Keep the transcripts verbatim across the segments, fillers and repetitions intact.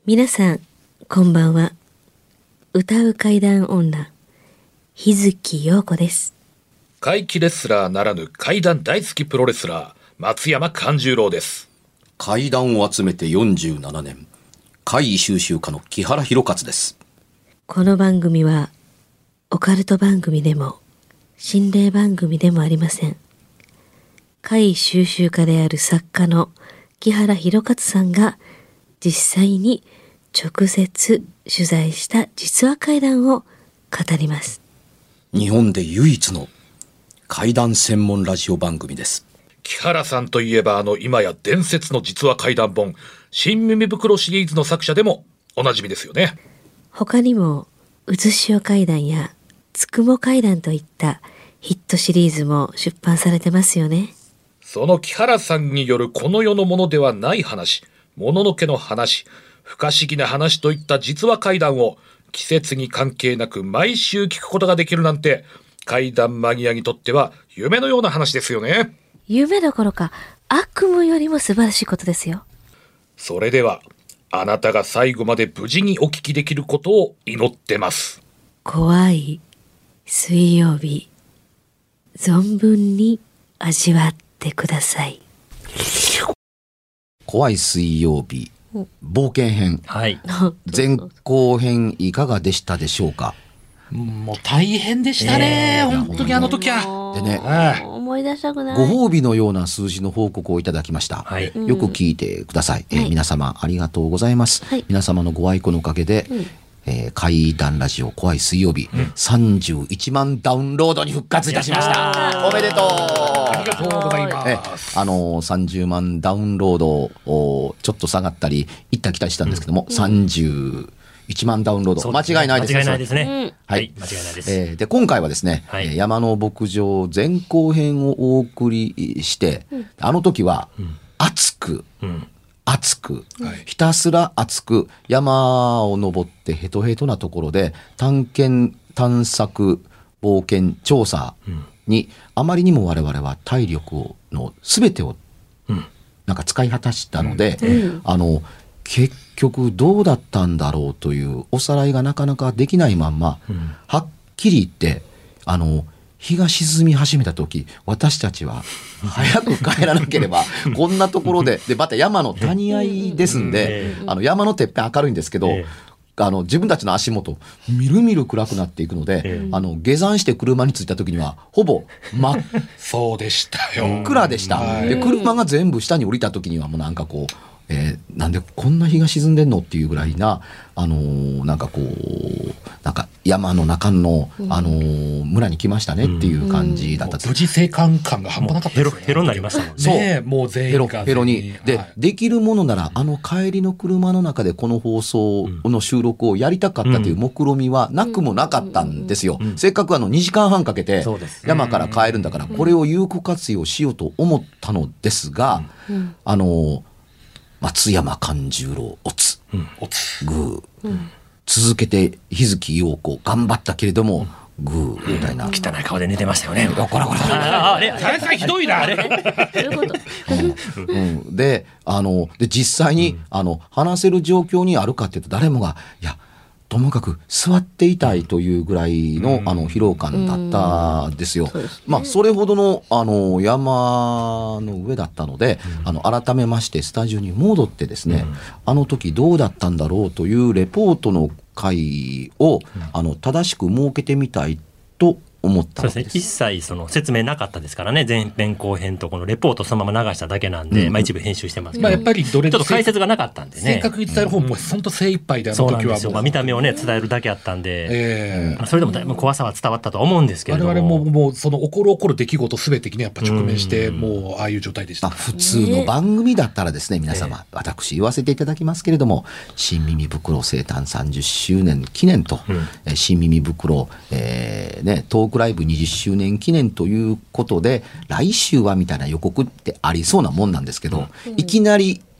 皆さんこんばんは。歌う怪談女日月陽子です。 怪奇レスラーならぬ怪談大好きプロレスラー松山勘十郎です。 怪談を集めてよんじゅうななねん、怪異収集家の木原博勝です。 この番組はオカルト番組でも心霊番組でもありません。怪異収集家である作家の木原博勝さんが実際に直接取材した実話怪談を語ります。 日本で唯一の怪談専門ラジオ番組です。 木原さんといえばあの今や伝説の実話怪談本新耳袋シリーズの作者でもおなじみですよね。 他にもうずしお怪談やつくも怪談といったヒットシリーズも出版されてますよね。 その木原さんによるこの世のものではない話、もののけの話、不可思議な話といった実話怪談を季節に関係なく毎週聞くことができるなんて怪談マニアにとっては夢のような話ですよね。 夢どころか悪夢よりも素晴らしいことですよ。 それではあなたが最後まで無事にお聞きできることを祈ってます。 怖い水曜日、存分に味わってください。 怖い水曜日冒険編、 はい、 前後編いかがでしたでしょうか。 もう大変でしたね、えー、本当にあの時は。 でね、 思い出したくない。 ご褒美のような数字の報告をいただきました、 はい、 よく聞いてください、えーはい、皆様ありがとうございます、はい、皆様のご愛顧のおかげで、うんえー、怪談ラジオ怖い水曜日、うん、さんじゅういちまんダウンロードに復活いたしました。おめでとう。 ありがとうございます。 あのー、さんじゅうまんダウンロードをちょっと下がったり行ったり来たりしたんですけども、うん、さんじゅういちまんダウンロード、間違いないですね。 間違いないですね、 はい、 はい、間違いないです、 えー、で今回はですね、はい、山の牧場前後編をお送りして、うん、あの時は、うん、熱く、うん熱く、はい、ひたすら熱く山を登ってヘトヘトなところで探検探索冒険調査に、うん、あまりにも我々は体力をの全てを、うん、なんか使い果たしたので、うん、あの結局どうだったんだろうというおさらいがなかなかできないまんま、うん、はっきり言ってあの日が沈み始めた時、私たちは早く帰らなければこんなところででまた山の谷合いですんで、あの山のてっぺん明るいんですけど、あの自分たちの足元みるみる暗くなっていくので、あの下山して車に着いた時にはほぼ真っそうでしたよ、 暗でした。で車が全部下に降りた時にはもうなんかこう、えー、なんでこんな日が沈んでんのっていうぐらいな、あのー、なんかこうなんか山の中の、あのー、村に来ましたねっていう感じだった、うんうん、無事生還感が半端なかったですね。 ヘロヘロになりましたもんね。 そう、 ね、もう全員がヘロヘロにで、はい、できるものならあの帰りの車の中でこの放送の収録をやりたかったという目論みはなくもなかったんですよ、うんうん、せっかくあのにじかんはんかけて山から帰るんだからこれを有効活用しようと思ったのですが、うん、あのー松山勘十郎おつ、うん、おつグー、うん、続けて日月陽子頑張ったけれども、うん、グーみたいな、 うん、汚い顔で寝てましたよね。 こらこらあれさんひどいな。 であので実際に、うん、あの話せる状況にあるかっていうと誰もがいやともかく座っていたいというぐらいの、うん、あの疲労感だったんですよ。うん、まあそれほどのあの山の上だったので、うん、あの改めましてスタジオに戻ってですね、うん、あの時どうだったんだろうというレポートの会を、うん、あの正しく設けてみたいと思ったわけです。 そうですね、一切その説明なかったですからね。前編後編とこのレポートそのまま流しただけなんで、うん、まあ一部編集してますけど、まあ、 やっぱりどれちょっと解説がなかったんでね、 正確に伝える方も本当精一杯で、あの時はそうなんですよ、まあ、見た目をね伝えるだけあったんで、えー、それでもだいぶ怖さは伝わったと思うんですけれども、 我々ももうその起こる起こる出来事すべてにねやっぱ直面して、うん、もうああいう状態でした、 まあ、普通の番組だったらですね、皆様、えー、私言わせていただきますけれども、新耳袋生誕さんじゅっしゅうねん記念と、うん、新耳袋、えーね、トークライブにじゅっしゅうねん記念ということで来週はみたいな予告ってありそうなもんなんですけど、うん、いきなり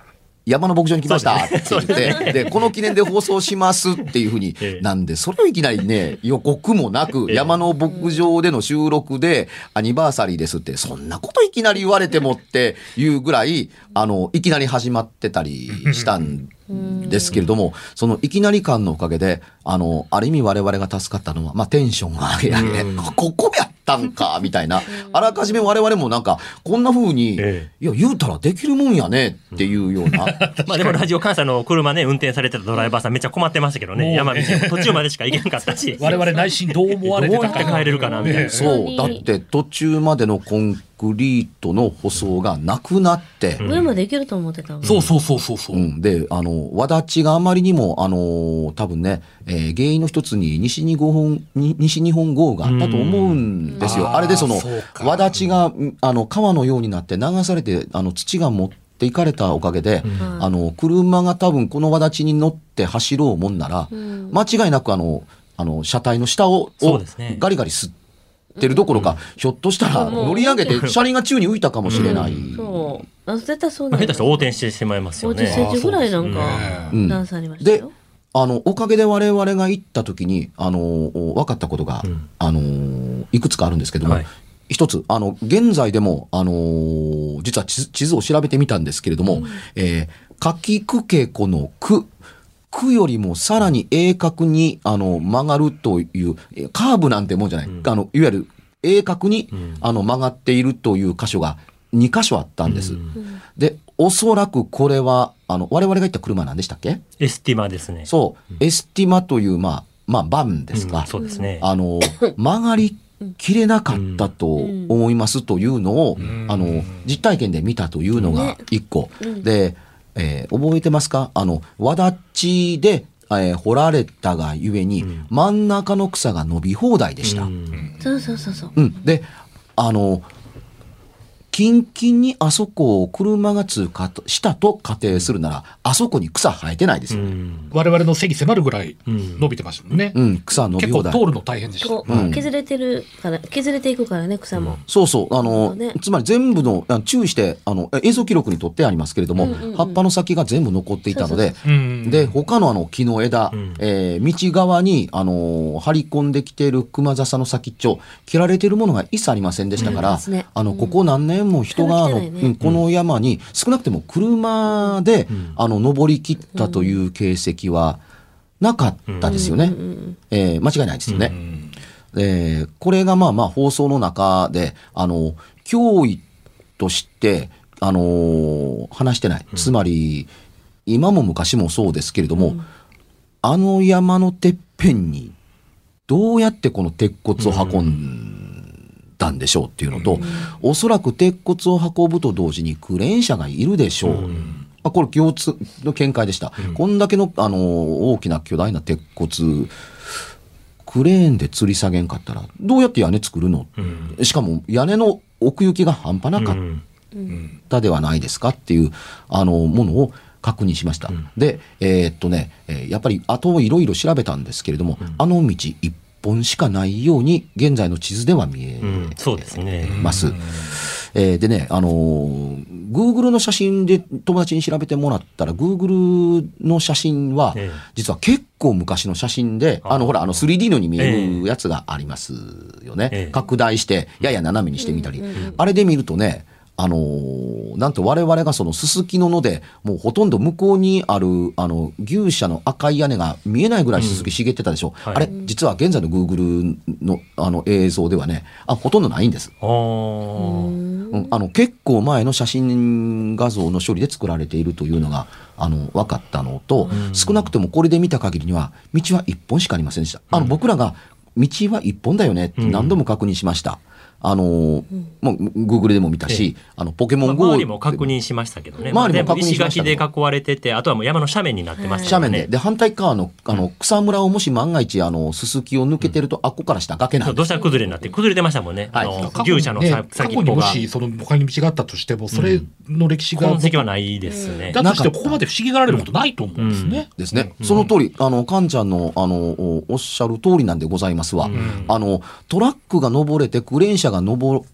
山の牧場に来ましたって言って、で, で、この記念で放送しますっていうふうに、ええ、なんで、それをいきなりね、予告もなく、山の牧場での収録でアニバーサリーですって、そんなこといきなり言われてもっていうぐらい、あの、いきなり始まってたりしたんですけれども、そのいきなり感のおかげで、あの、ある意味我々が助かったのは、まあ、テンションが上げ上げ、ここやったんか、みたいな、あらかじめ我々もなんか、こんな風に、ええ、いや、言うたらできるもんやねっていうような。 まあでもラジオ関西の車ね運転されてたドライバーさんめっちゃ困ってましたけどね、山道途中までしか行けなかったし我々内心どう思われてたかどうやって帰れるかなみたいな、 そうだって途中までのコンクリートの舗装がなくなって、 上まで行けると思ってたもん、 そうそうそうそうそう、うん、 であのわだちがあまりにもあの多分ね、えー、原因の一つに西日本西日本豪雨があったと思うんですよ。 あ, あれでそのわだちがあの川のようになって流されてあの土が持って行かれたおかげで、うん、あの車が多分このわだちに乗って走ろうもんなら、うん、間違いなくあのあの車体の下を、ね、ガリガリ吸ってるどころか、うん、ひょっとしたら乗り上げて車輪が宙に浮いたかもしれない、うん、 そうあ絶対そうだ、 まあ、下手したら横転してしまいますよね。 ごじゅっセンチぐらいなんか段差ありましたよ、 うん、であのおかげで我々が行った時にあの分かったことが、うん、あのいくつかあるんですけども、はい、一つあの現在でも、あのー、実は地図、地図を調べてみたんですけれども、うんえー、かきくけこのくくよりもさらに鋭角にあの曲がるというカーブなんてもんじゃない、うん、あのいわゆる鋭角に、うん、あの曲がっているという箇所がに箇所あったんです、うん、でおそらくこれはあの我々が行った車なんでしたっけ？ エスティマですね。 そう、うん、エスティマというまあまあバンですか、うん、 そうですね。 あの曲がり切れなかったと思いますというのを、うん、あの実体験で見たというのが一個、うん、で、えー、覚えてますか？あのわだちで、えー、掘られたがゆえに、うん、真ん中の草が伸び放題でした、うん、 そうそうそうそう、 うん、であのキンキンにあそこを車が通過したと仮定するなら、あそこに草生えてないですよね、うん、 我々の背に迫るぐらい伸びてましたもんね、 うん、草伸び放題結構通るの大変でした、 うん、削れてるから削れていくからね草も、うん、 そうそうあの、ね、つまり全部の注意してあの映像記録にとってありますけれども、うんうんうん、葉っぱの先が全部残っていたので、そうそうそうで他のあの木の枝、うんえー、道側にあの張り込んできている熊笹の先っちょ切られているものが一切ありませんでしたから、うんね、あのここ何年も人があの、ねうん、この山に少なくても車で、うん、あの登り切ったという形跡はなかったですよね、うんうんえー、間違いないですよね、うんえー、これがまあまあ放送の中であの脅威として、あのー、話してない、うん、つまり今も昔もそうですけれども、うん、あの山のてっぺんにどうやってこの鉄骨を運んだんでしょうっていうのと、うん、おそらく鉄骨を運ぶと同時にクレーン車がいるでしょう、うんまあ、これ共通の見解でした、うん、こんだけの、あの大きな巨大な鉄骨クレーンで吊り下げんかったらどうやって屋根作るの、うん、しかも屋根の奥行きが半端なかったではないですかっていうあのものを確認しました、うん、でえー、っとねやっぱり後をいろいろ調べたんですけれども、うん、あの道一本しかないように現在の地図では見えます、うん、 そうですね、 えー、でねあのー、Google の写真で友達に調べてもらったら Google の写真は実は結構昔の写真で、あのほらあの スリーディー のに見えるやつがありますよね、えー、拡大してやや斜めにしてみたり、うんうんうん、あれで見るとねあのー、なんと我々がそのすすきの野でもうほとんど向こうにあるあの牛舎の赤い屋根が見えないぐらいすすき茂ってたでしょ、うんはい、あれ実は現在の Google の, あの映像ではねあほとんどないんです。あ、うん、あの結構前の写真画像の処理で作られているというのがあの分かったのと、うん、少なくともこれで見た限りには道は一本しかありませんでした。あの僕らが道は一本だよねって何度も確認しました、うんあのーうん、もう Google でも見たし、ええ、あのポケモン GO、まあ、周りも確認しましたけどね。 周りも確認しました。 石垣で囲われてて、あとはもう山の斜面になってましたね。斜面で、で反対側のあの草むらをもし万が一あのすすきを抜けてると、うん、あっこから下崖なんです。 土砂崩れになって崩れてましたもんね。はい、あの牛舎の先っぽが、ね、過去にもしその他に道があったとしても、それの歴史が、 うん、痕跡はないですね。 だとしてここまで不思議がられることないと思うんですね。うん、 ですね。その通りあのカンちゃんのあのおっしゃる通りなんでございますわ。うん、あのトラックが登れてクレーン車が登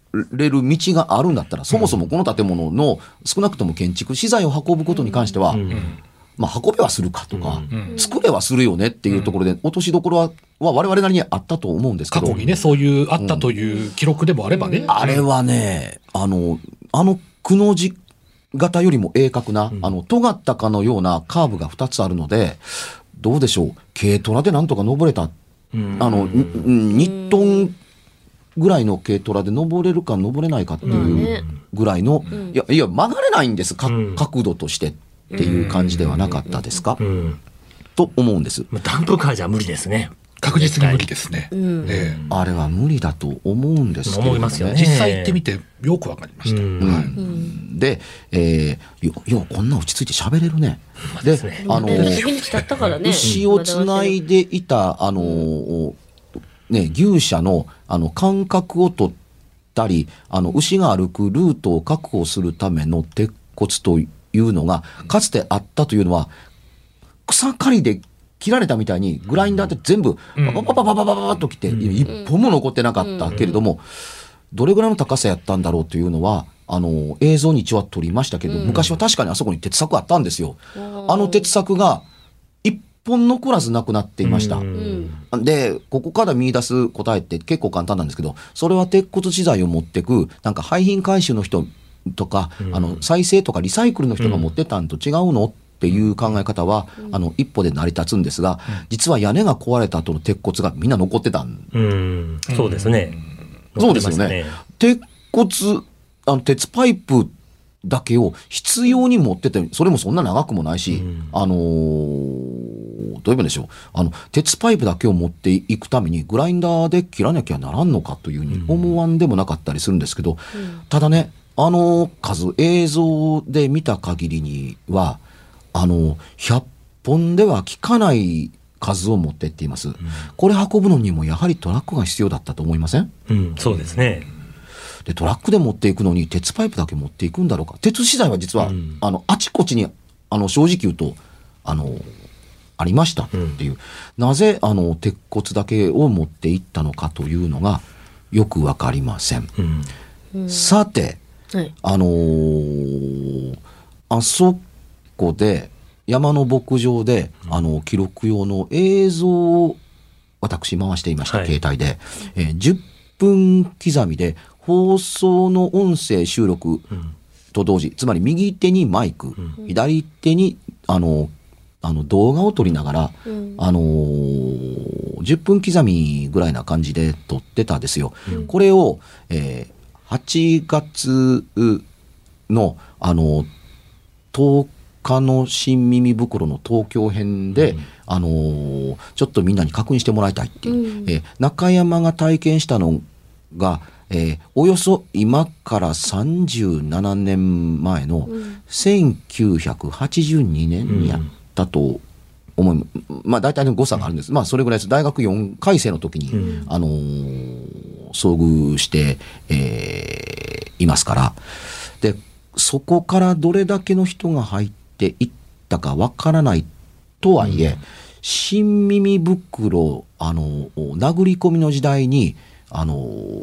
れる道があるんだったら、そもそもこの建物の少なくとも建築資材を運ぶことに関しては、 うんまあ運べはするかとか、 うん作れはするよねっていうところで、落としどころはは我々なりにあったと思うんですけど、 過去にね、そういうあったという記録でもあればね。 あれはね、あの、あのくの字型よりも鋭角な、あの、尖ったかのようなカーブがふたつあるので、どうでしょう、軽トラでなんとか登れた、 うんあの、にトンぐらいの軽トラで登れるか登れないかっていうぐらいの、いや、いや、曲がれないんです、かうん角度としてっていう感じではなかったですか、 うんと思うんです。 ダンプカーじゃ無理ですね。 確実に無理ですね。 うんええあれは無理だと思うんですけど、ね、 思いますよね実際行ってみてよくわかりました。 うんはいうんで、えー、よ、ようこんな落ち着いて喋れるね。で、 ですねあの、 次に来たったからね。 牛をつないでいた、あの、ね、牛舎の、あの、間隔を取ったり、あの、牛が歩くルートを確保するための鉄骨というのが、かつてあったというのは、草刈りで切られたみたいに、グラインダーって全部、 うんパパパパパパパパッときて、一本も残ってなかったけれども、どれぐらいの高さやったんだろうというのは、あの、映像に一応は撮りましたけど、昔は確かにあそこに鉄柵あったんですよ。あの鉄柵が、一本残らずなくなっていました。 うんで、ここから見出す答えって結構簡単なんですけど、それは鉄骨資材を持ってく、なんか廃品回収の人とか、 うんあの、再生とかリサイクルの人が持ってたんと違うのっていう考え方は、あの、一歩で成り立つんですが、実は屋根が壊れた後の鉄骨がみんな残ってたん。 うんそうですね。 そうですよね。鉄骨、あの、鉄パイプだけを必要に持ってて、それもそんな長くもないし、 うんあのーどういう意味でしょう。あの、鉄パイプだけを持っていくためにグラインダーで切らなきゃならんのかというふうに思わんでもなかったりするんですけど、ただね、あの数、映像で見た限りには、あの、ひゃっぽんでは効かない数を持ってっています。これ運ぶのにもやはりトラックが必要だったと思いません？ うんそうですね。 で、トラックで持っていくのに鉄パイプだけ持っていくんだろうか。鉄資材は実は、 うんあの、あちこちに、あの、正直言うと、あの、ありましたっていう。なぜ、あの、鉄骨だけを持っていったのかというのが、よくわかりません。 うんさて、 はい。 あのーあそこで、山の牧場で、あの、記録用の映像を私回していました、 はい携帯で。えーじゅっぷん刻みで放送の音声収録うんと同時、つまり右手にマイク、 うん左手に、あの、あの動画を撮りながら、 うんあのーじゅっぷん刻みぐらいな感じで撮ってたんですよ。 うんこれを、えーはちがつの、あの、とおかの新耳袋の東京編で、 うんあのーちょっとみんなに確認してもらいたいっていう、 うんえー中山が体験したのが、えーおよそ今からさんじゅうななねんまえのうんせんきゅうひゃくはちじゅうにねんにやったと思い、まあ大体の誤差があるんです。まあそれぐらいです。大学よんかい生の時に、 うんあのー遭遇して、えーいますから。で、そこからどれだけの人が入っていったかわからないとはいえ、新耳袋、あの、殴り込みの時代に、あの、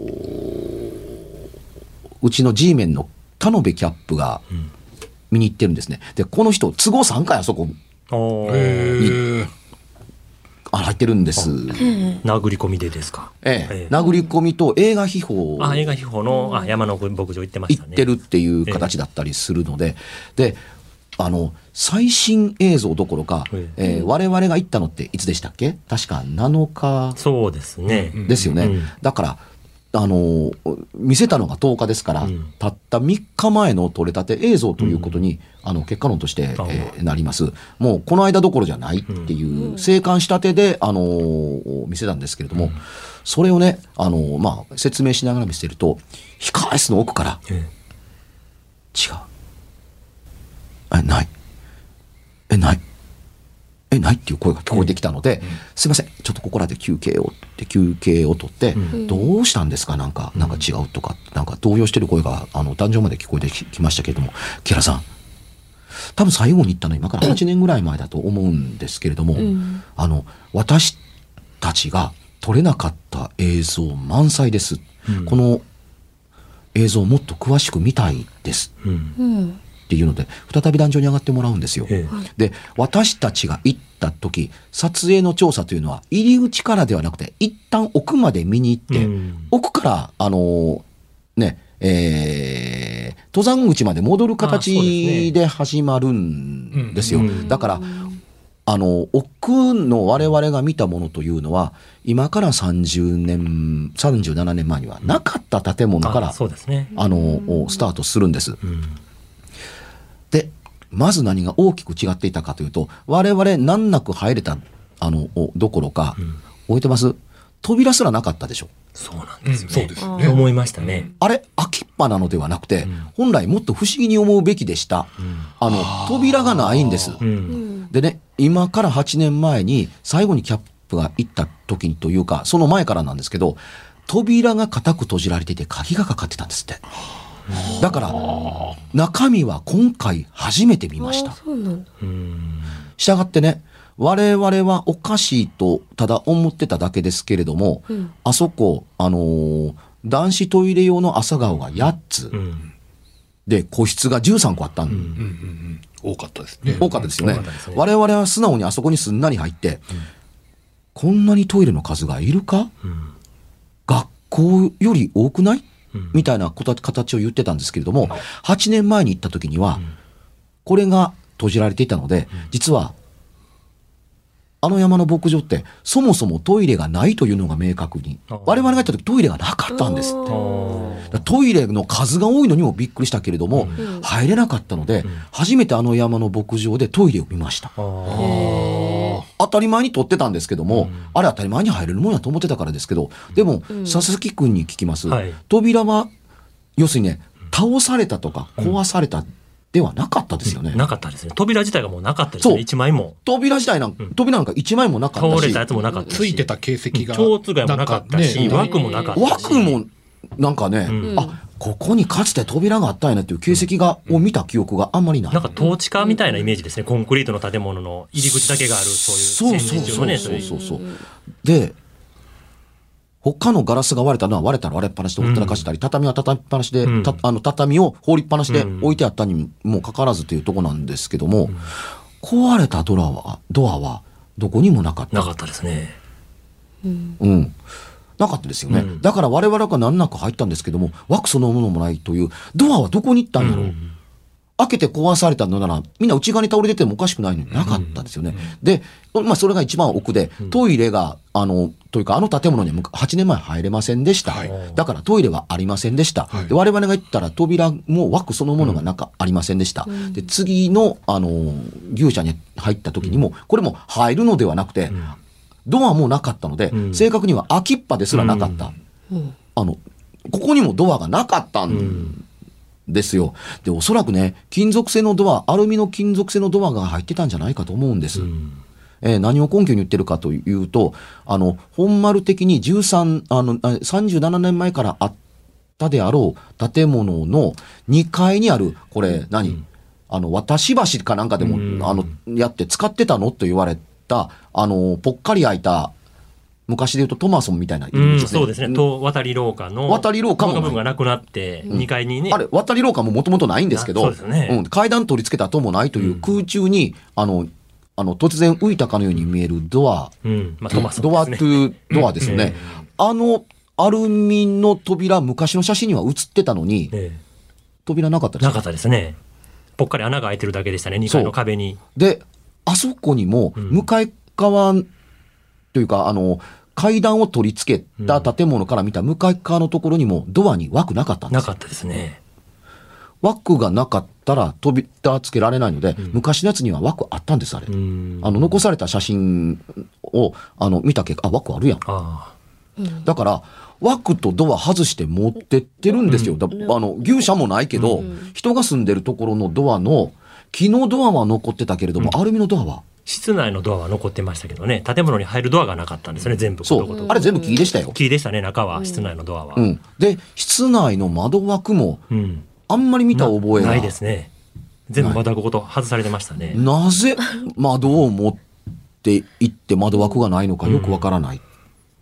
うちの G メンの田辺キャップが見に行ってるんですね。で、この人、都合さんかいあそこ、 おーへえ。 あ入ってるんです。 殴り込みでですか。 ええええ殴り込みと映画秘宝あ映画秘宝のあ山の牧場行ってまし行たね。 ってるっていう形だったりするので、で、あの、最新映像どころか、 ええー我々が行ったのっていつでしたっけ？確かなのかそうですね。 ですよね。 うんだから、あの、見せたのがとおかですから、 うんたったみっかまえの撮れたて映像ということに、あの、結果論として、 あえーなります。もう、この間どころじゃないっていう、生還したてで、あのー見せたんですけれども、それをね、あのーまあ、説明しながら見せてると、控え室の奥から、 え違う。え、ない。え、ない。え、ないっていう声が聞こえてきたので、すいません、ちょっとここらで休憩をって休憩を取って、 うんどうしたんですかなんか、なんか違うとか、なんか動揺してる声が、あの、壇上まで聞こえてきましたけれども、木原さん、多分最後に言ったの今からはちねんぐらい前だと思うんですけれども、 んあの、私たちが撮れなかった映像満載です。 うんこの、 映像をもっと詳しく見たいですうんっていうので再び壇上に上がってもらうんですよ。 えで私たちが行った時撮影の調査というのは入り口からではなくて一旦奥まで見に行って、 うん奥からあのーねえー登山口まで戻るあそうですね形で始まるんですよ。 うんだからあの奥の我々が見たものというのは今からさんじゅうねんさんじゅうななねんまえにはなかった建物から、 あそうですね。 あのスタートするんです。 うんでまず何が大きく違っていたかというと我々難なく入れたあのどころか、 うん覚えてます？扉すらなかったでしょ。 そうなんうんですよね。 そうですよね。 思いましたね。 あれ開きっぱなのではなくて、 うん本来もっと不思議に思うべきでした。 うんあの扉がないんです。 うんでね今からはちねんまえに最後にキャップが行った時にというかその前からなんですけど扉が固く閉じられていて鍵がかかってたんですって。だから中身は今回初めて見ました。 そうなんだ。 うんしたがってね我々はおかしいとただ思ってただけですけれども、 うんあそこあのー男子トイレ用の朝顔がやっつ、 うんで個室がじゅうさんこあったん、 うんうんうんうん多かったですね。 多かったですよね。 多かったですね我々は素直にあそこにすんなり入って、こんなにトイレの数がいるかうん学校より多くないうんみたいなこと形を言ってたんですけれども、はちねんまえに行った時には、 んこれが閉じられていたので、実は、あの山の牧場って、そもそもトイレがないというのが明確にあー、 我々が行った時トイレがなかったんですって。 あーだからトイレの数が多いのにもびっくりしたけれども、 うん入れなかったので、初めてあの山の牧場でトイレを見ました。 あー当たり前に取ってたんですけども、 うんあれ当たり前に入れるもんやと思ってたからですけど、でも、 うん佐々木くんに聞きます。 はい扉は、要するにね、倒されたとか壊されたではなかったですよね。 なかったですね。扉自体がもうなかったですね。 そう一枚も。 扉自体なんか、扉なんか一枚もなかったし倒れた、やつもなかったし。 ついてた形跡が。 蝶番もなかったし、 なんかね枠もなかったし。 枠もなんかね、 うんあ、ここにかつて扉があったんやなっていう形跡が、を見た記憶があんまりない。 なんか統治下みたいなイメージですね。コンクリートの建物の入り口だけがある、そういうそうそう戦時中のね、 そうそういそうで、他のガラスが割れたのは割れたら割れっぱなしでほったらかしたり、畳は畳みっぱなしで、 うんたあの畳を放りっぱなしでうん置いてあったにもかかわらずというとこなんですけども、壊れたドアは、ドアはどこにもなかった。 なかったですね。 うんうん。なかったですよね。 うんだから我々が難なく入ったんですけども、枠そのものもないという、ドアはどこに行ったんだろう。 うん開けて壊されたのなら、みんな内側に倒れててもおかしくないのになかったですよね。で、まあそれが一番奥で、トイレが、あの、というかあの建物にははちねんまえ入れませんでした。 はいだからトイレはありませんでした。 はいで我々が行ったら扉も枠そのものがなんかありませんでした。 うんで、次の、あの、牛舎に入った時にも、これも入るのではなくて、ドアもなかったので、 うん正確には空きっぱですらなかった。 うんあの、ここにもドアがなかったんですよ。で、おそらくね、金属製のドア、アルミの金属製のドアが入ってたんじゃないかと思うんです。 うんえー何を根拠に言ってるかというと、あの、本丸的にじゅうさん、あの、あさんじゅうななねんまえからあったであろう建物のにかいにある、これ何、あの、渡し橋かなんかでも、 うんあの、やって使ってたのと言われた、あの、ぽっかり開いた、昔で言うとトマソンみたいな入うん、 り口そうですね。と渡り廊下の渡り廊下もない部分がなくなって、にかいにね。 あれ、渡り廊下ももともとないんですけど、 あそうですねうん、階段取り付けた後もないという空中に、あの、あの、突然浮いたかのように見えるドア、 うん、まあ、トマスドアとですね。 いうドアですよね。あの、アルミの扉、昔の写真には写ってたのに、 え扉なかったですえなかったですね。ぽっかり穴が開いてるだけでしたね、にかいの壁に。 で、あそこにも、 うん向かい側というか、あの、階段を取り付けた建物から見た向かい側のところにもドアに枠なかったんですよ。 なかったですね。 枠がなかったら扉つけられないので、昔のやつには枠あったんです、あれ。 うん。 あの、残された写真を、あの、見た結果、あ、枠あるやん。 あだから、枠とドア外して持ってってるんですよ。だあの、牛舎もないけど、人が住んでるところのドアの、木のドアは残ってたけれども、アルミのドアは、 室内のドアは残ってましたけどね、建物に入るドアがなかったんですよね、全部。 そう、 ことごとあれ全部木でしたよ。 木でしたね、中は、室内のドアは。 うん。で、室内の窓枠も、 うん。 あんまり見た覚えがないですね。全部窓ごと外されてましたね。 なぜ窓を持って行って窓枠がないのかよくわからない。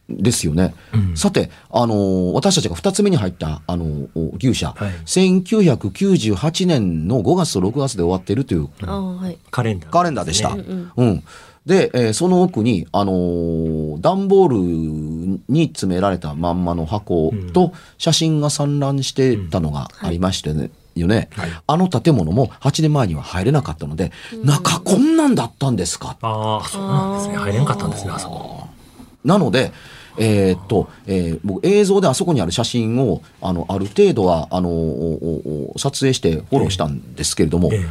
ですよね。 うんさて、あのー私たちがふたつめに入った、あのー牛舎、 はいせんきゅうひゃくきゅうじゅうはちねんのごがつとろくがつで終わっているというああ、はい。 カレンダー、 カレンダーでした。 うんうんうんで、えーその奥に、あのー段ボールに詰められたまんまの箱と写真が散乱してたのがありましてね。よね、あの建物もはちねんまえには入れなかったので、中こんなんだったんですか。 ああ、そうなんですね。入れんかったんですね、あそこ。 なので、えーっと、えー僕映像であそこにある写真を、あの、ある程度は、あの、おお撮影してフォローしたんですけれども、 ええ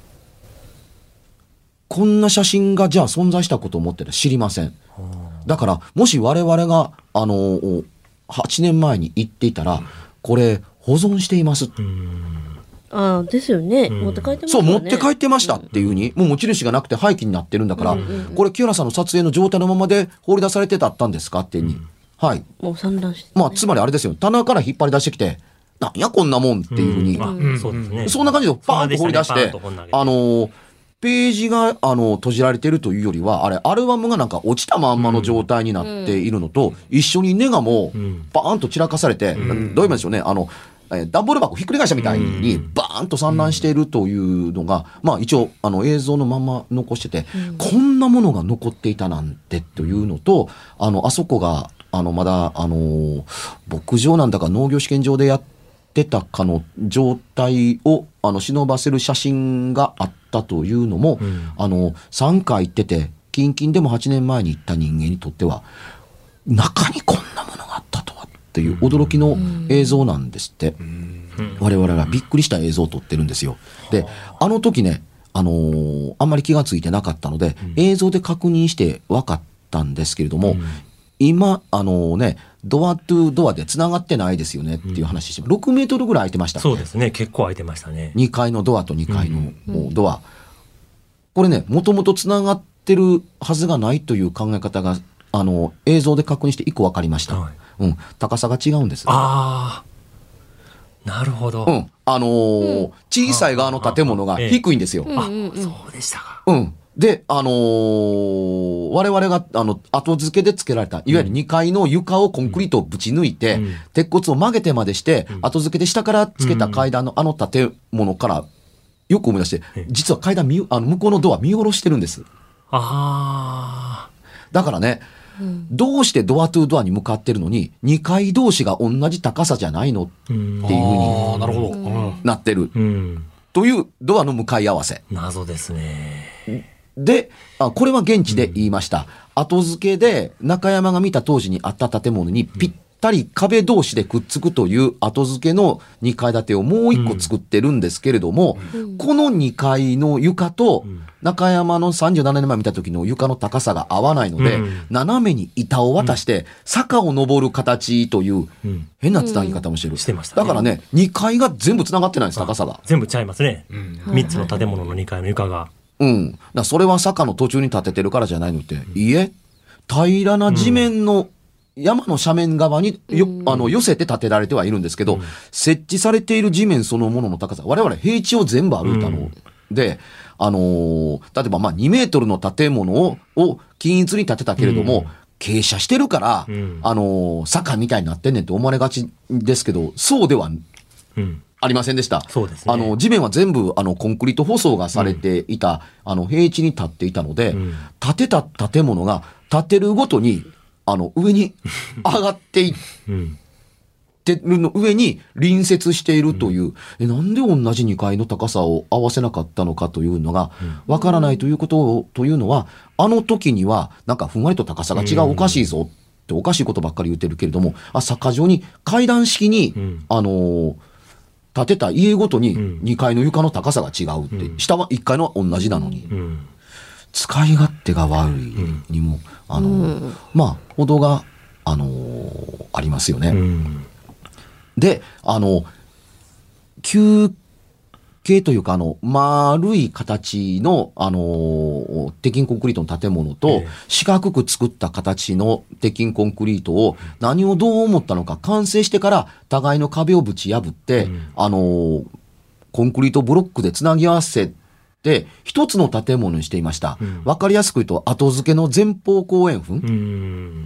こんな写真がじゃあ存在したことを思ってる知りません。だから、もし我々が、あの、おはちねんまえに行っていたら、これ、保存しています。 ああ、ですよね。 ん持って帰ってますそう、 よね。 持って帰ってましたっていうふうに、もう持ち主がなくて廃棄になってるんだから、これ、清原さんの撮影の状態のままで放り出されてたったんですかっていうふうに。はい。 もう散乱して、 まあ、つまりあれですよ。棚から引っ張り出してきて、なんやこんなもんっていうふうに、 あ、そうですね。 そんな感じでパーンと放り出して、 そうでしたねパーンと放り投げてあのーページが、あの、閉じられてるというよりは、あれ、アルバムがなんか落ちたまんまの状態になっているのと、一緒にネガもん、 バーンと散らかされて、どういう意味でしょうね、あの、えー段ボール箱ひっくり返したみたいに、バーンと散乱しているというのが、まあ一応、あの、映像のまま残してて、こんなものが残っていたなんてというのと、あの、あそこが、あの、まだ、あのー牧場なんだか農業試験場でやってたかの状態を、あの、忍ばせる写真があったというのも、あの、さんかい行ってて、近々でもはちねんまえに行った人間にとっては、中にこんなものがあったとはっていう驚きの映像なんですって。我々がびっくりした映像を撮ってるんですよ。で、あの時ね、あのーあんまり気がついてなかったので、映像で確認して分かったんですけれども、今、あのね、ドアトゥドアで繋がってないですよねっていう話して、ろくメートルぐらい空いてましたっけ。 そうですね。結構空いてましたね。 にかいのドアとにかいのドア。これね、もともと繋がってるはずがないという考え方が、あの、映像で確認していっこ分かりました。 はいうん。高さが違うんです。 ああ、なるほど。 うん。あのー小さい側の建物が低いんですよ。 あ、そうでしたか。 うん。で、あのー我々が、あの、後付けで付けられた、いわゆるにかいの床をコンクリートをぶち抜いて、 うん鉄骨を曲げてまでして、後付けで下から付けた階段のあの建物から、よく思い出して、実は階段見、あの、向こうのドア見下ろしてるんです。 あだからね、どうしてドアトゥドアに向かってるのに、にかい同士が同じ高さじゃないのってあ、うん。 いうふうにああ、なるほど。うんなってる。 うん。 というドアの向かい合わせ。 謎ですね。 で、あこれは現地で言いました。後付けで中山が見た当時にあった建物にぴったり壁同士でくっつくという後付けのにかい建てをもういっこ作ってるんですけれども、このにかいの床と中山のさんじゅうななねんまえ見た時の床の高さが合わないので、 うん斜めに板を渡して坂を登る形といううん。 変なつなぎ方もしてる。 してましたねだからね、にかいが全部つながってないんです、高さが。 全部ちゃいますね。 ん三つの建物のにかいの床が。 うん。だからそれは坂の途中に建ててるからじゃないのって、いいえ、平らな地面の、山の斜面側によ、あの、寄せて建てられてはいるんですけど、設置されている地面そのものの高さ、我々平地を全部歩いたので、あのー例えばまあにメートルの建物を、を均一に建てたけれども、傾斜してるから、 うんあのー坂みたいになってんねんって思われがちですけど、そうではうん。 ありませんでした。 そうですねあの、地面は全部、あの、コンクリート舗装がされていた、あの、平地に立っていたので、 ん建てた建物が、建てるごとに、あの、上に上がっていっうん。 てるの上に隣接しているという、え、なんで同じにかいの高さを合わせなかったのかというのが、わからないということを、というのは、あの時には、なんかふんわりと高さが違う、おかしいぞっておかしいことばっかり言ってるけれども、あ、坂上に階段式に、 んあのー建てた家ごとにんにかいの床の高さが違うって、 うん下はいっかいのは同じなのに、 うん。 使い勝手が悪いにも、あのーまあ、ほどが、あのーありますよね。 うん。 で、あの、球形というか、あの、丸い形の、あの、鉄筋コンクリートの建物と、 ええ四角く作った形の鉄筋コンクリートを、何をどう思ったのか、完成してから、互いの壁をぶち破って、 うんあの、コンクリートブロックでつなぎ合わせて、一つの建物にしていました。 うんわかりやすく言うと、後付けの前方後円墳。 うん。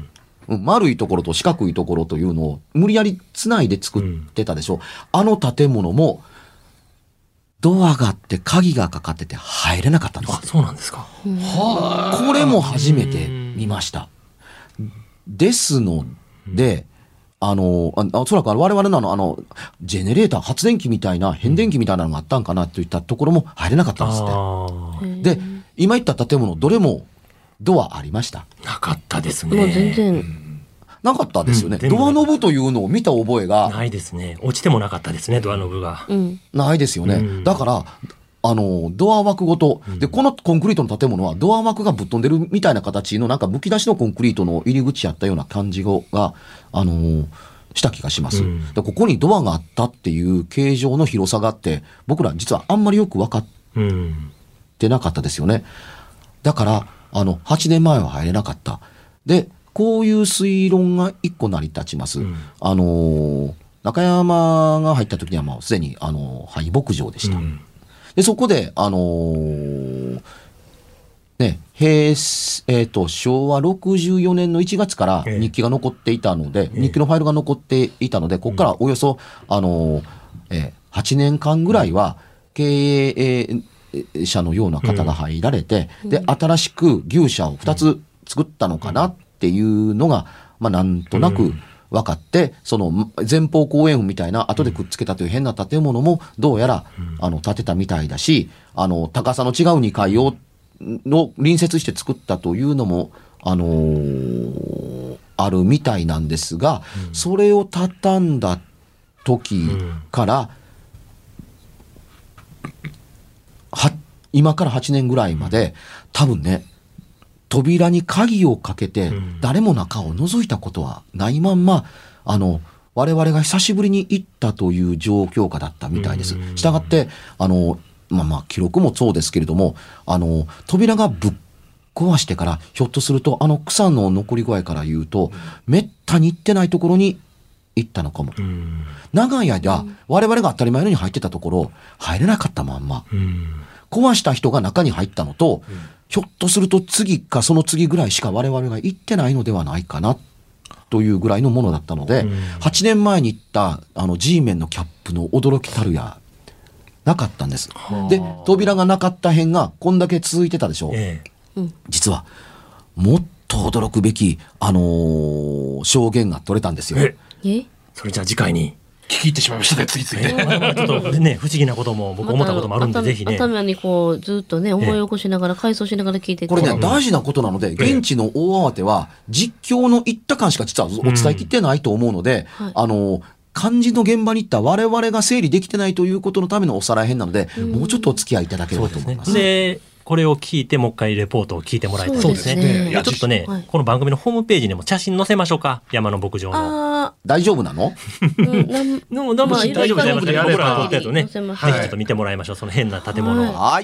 うん丸いところと四角いところというのを無理やりつないで作ってたでしょ。うん、あの建物も、ドアがあって鍵がかかってて入れなかったんです。 あ、そうなんですか。 これも初めて見ました。ですので、あの、あおそらく我々のあの、あの、ジェネレーター、発電機みたいな、変電機みたいなのがあったんかなといったところも入れなかったんですって。で、今言った建物、どれもドアありました？ なかったですね。 もう全然。 なかったですよね、 うん、 ドアノブというのを見た覚えが。 ないですね。落ちてもなかったですね、ドアノブが。 うん、 ないですよね。うん、だから、あの、ドア枠ごと、で、このコンクリートの建物はドア枠がぶっ飛んでるみたいな形のなんかむき出しのコンクリートの入り口やったような感じが、あの、した気がします。うん、でここにドアがあったっていう形状の広さがあって、僕ら実はあんまりよく分かってなかったですよね。だから、あの、はちねんまえは入れなかった。で、こういう推論が一個成り立ちます。うん、あの、中山が入った時にはもうすでに、あの、廃牧場でした。うん、で、そこで、あのー、ね、平成、えっと、しょうわろくじゅうよねんのいちがつから日記が残っていたので、ええ、日記のファイルが残っていたので、ここからおよそ、あのー、えー、はちねんかんぐらいは経営者のような方が入られて、うん、で、新しく牛舎をふたつ作ったのかなっていうのが、まあ、なんとなく分かって、その前方後円墳みたいな後でくっつけたという変な建物もどうやら、あの、建てたみたいだし、あの、高さの違うにかいをの隣接して作ったというのも、あのー、あるみたいなんですが、うん、それを畳んだ時から、うん、は今からはちねんぐらいまで多分ね、扉に鍵をかけて誰も中を覗いたことはないまんま、あの我々が久しぶりに行ったという状況下だったみたいです。したがってあのまあまあ記録もそうですけれども、あの扉がぶっ壊してからひょっとするとあの草の残り具合から言うと、めったに行ってないところに行ったのかも。長い間我々が当たり前のように入ってたところ入れなかったまんま、壊した人が中に入ったのと、ひょっとすると次かその次ぐらいしか我々が行ってないのではないかなというぐらいのものだったので、はちねんまえに行ったあの G メンのキャップの驚きたるやなかったんです。で、扉がなかった辺がこんだけ続いてたでしょう。ええ、実はもっと驚くべき、あのー、証言が取れたんですよ。 ええ、それじゃあ次回に聞き入ってしまいましたね、次々 で。ちょっとね、不思議なことも僕思ったこともあるんで、ぜひね。 頭にこうずっとね、思い起こしながら、回想しながら聞いてこれね、大事なことなので、現地の大慌ては実況の言った感しか実はお伝えきってないと思うので、うん、あの、漢字の現場に行った我々が整理できてないということのためのおさらい編なので、うん、もうちょっとお付き合いいただければと思います。 で、これを聞いてもう一回レポートを聞いてもらいたいですね。そうですね。ちょっとね、はい、この番組のホームページにも写真載せましょうか。山の牧場の。 大丈夫なの？ うん、なんもう大丈夫じゃないますか。僕らが撮ったやつをね、ぜひちょっと見てもらいましょう。その変な建物を。はい。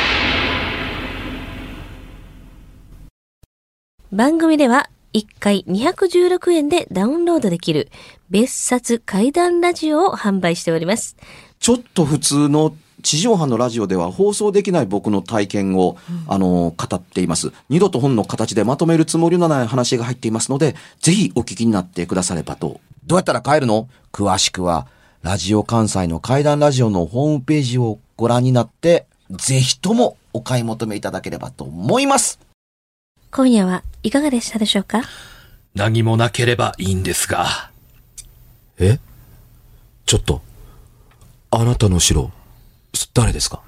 番組ではいっかいにひゃくじゅうろくえんでダウンロードできる別冊怪談ラジオを販売しております。 ちょっと普通の地上波のラジオでは放送できない僕の体験を、うん、あの語っています。二度と本の形でまとめるつもりのない話が入っていますので、ぜひお聞きになってくださればと。どうやったら帰るの？詳しくはラジオ関西の怪談ラジオのホームページをご覧になって、ぜひともお買い求めいただければと思います。 今夜はいかがでしたでしょうか？ 何もなければいいんですが。 え？ちょっと、あなたの城、誰ですか？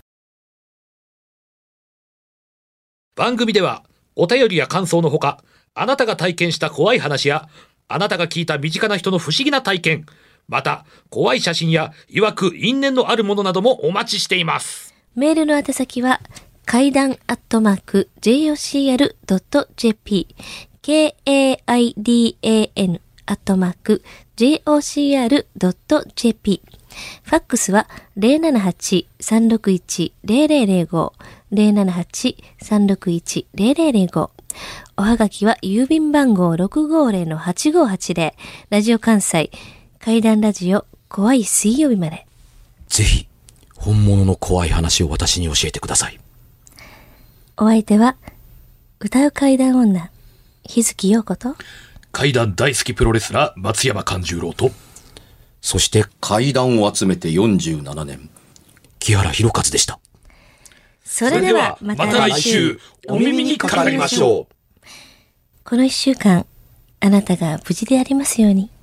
番組ではお便りや感想のほか、あなたが体験した怖い話やあなたが聞いた身近な人の不思議な体験、また怖い写真や曰く因縁のあるものなどもお待ちしています。 メールの宛先は怪談アットマーク ジェイオーシーアールドットジェーピー ケーエーアイディーエーエヌ アットマーク ジェイオーシーアールドットジェーピー。ファックスは ゼロななはち さんろくいち ゼロゼロゼロご ゼロななはち さんろくいち ゼロゼロゼロご。おはがきは郵便番号 ろくごーぜろのはちごーはちぜろ ラジオ関西怪談ラジオ怖い水曜日まで。 ぜひ本物の怖い話を私に教えてください。 お相手は歌う怪談女日月陽子と怪談大好きプロレスラー松山勘十郎と、 そして怪談を集めてよんじゅうななねん、木原博一でした。 それではまた来週お耳にかかりましょう。 この一週間、あなたが無事でありますように。